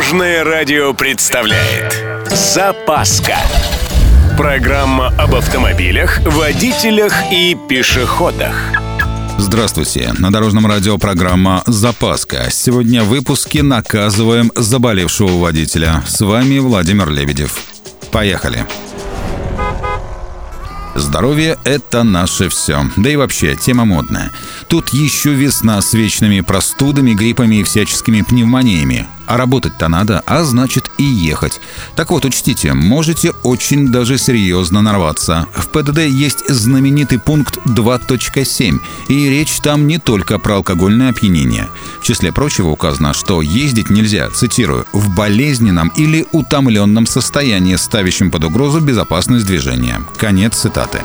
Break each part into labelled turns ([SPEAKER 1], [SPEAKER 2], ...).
[SPEAKER 1] Дорожное радио представляет «Запаска». Программа об автомобилях, водителях и пешеходах.
[SPEAKER 2] Здравствуйте. На Дорожном радио программа «Запаска». Сегодня в выпуске наказываем заболевшего водителя. С вами Владимир Лебедев. Поехали. Здоровье – это наше все. Да и вообще, тема модная. Тут еще весна с вечными простудами, гриппами и всяческими пневмониями. А работать-то надо, а значит и ехать. Так вот, учтите, можете очень даже серьезно нарваться. В ПДД есть знаменитый пункт 2.7, и речь там не только про алкогольное опьянение. В числе прочего указано, что ездить нельзя, цитирую, в болезненном или утомленном состоянии, ставящем под угрозу безопасность движения. Конец цитаты.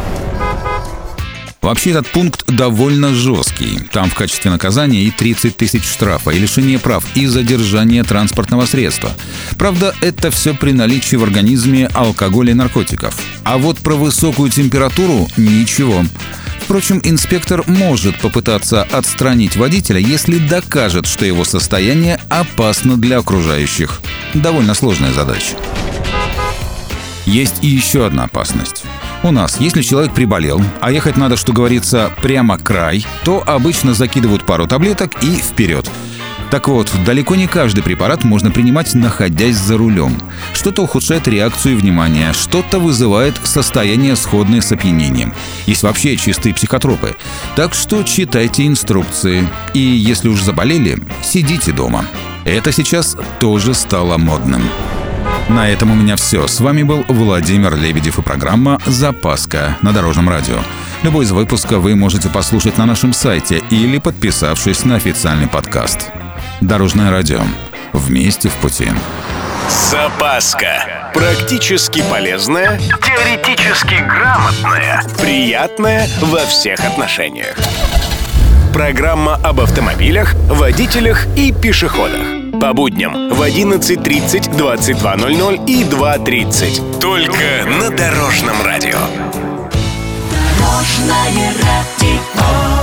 [SPEAKER 2] Вообще этот пункт довольно жесткий. Там в качестве наказания и 30 тысяч штрафа, и лишение прав, и задержание транспортного средства. Правда, это все при наличии в организме алкоголя и наркотиков. А вот про высокую температуру – ничего. Впрочем, инспектор может попытаться отстранить водителя, если докажет, что его состояние опасно для окружающих. Довольно сложная задача. Есть и еще одна опасность. У нас, если человек приболел, а ехать надо, что говорится, прямо край, то обычно закидывают пару таблеток и вперед. Так вот, далеко не каждый препарат можно принимать, находясь за рулем. Что-то ухудшает реакцию внимания, что-то вызывает состояние, сходное с опьянением. Есть вообще чистые психотропы. Так что читайте инструкции. И если уж заболели, сидите дома. Это сейчас тоже стало модным. На этом у меня все. С вами был Владимир Лебедев и программа «Запаска» на Дорожном радио. Любой из выпусков вы можете послушать на нашем сайте или подписавшись на официальный подкаст. Дорожное радио. Вместе в пути.
[SPEAKER 1] «Запаска». Практически полезная, теоретически грамотная, приятная во всех отношениях. Программа об автомобилях, водителях и пешеходах. По будням в 11:30, 22:00 и 2:30. Только на Дорожном радио.
[SPEAKER 3] Дорожное радио.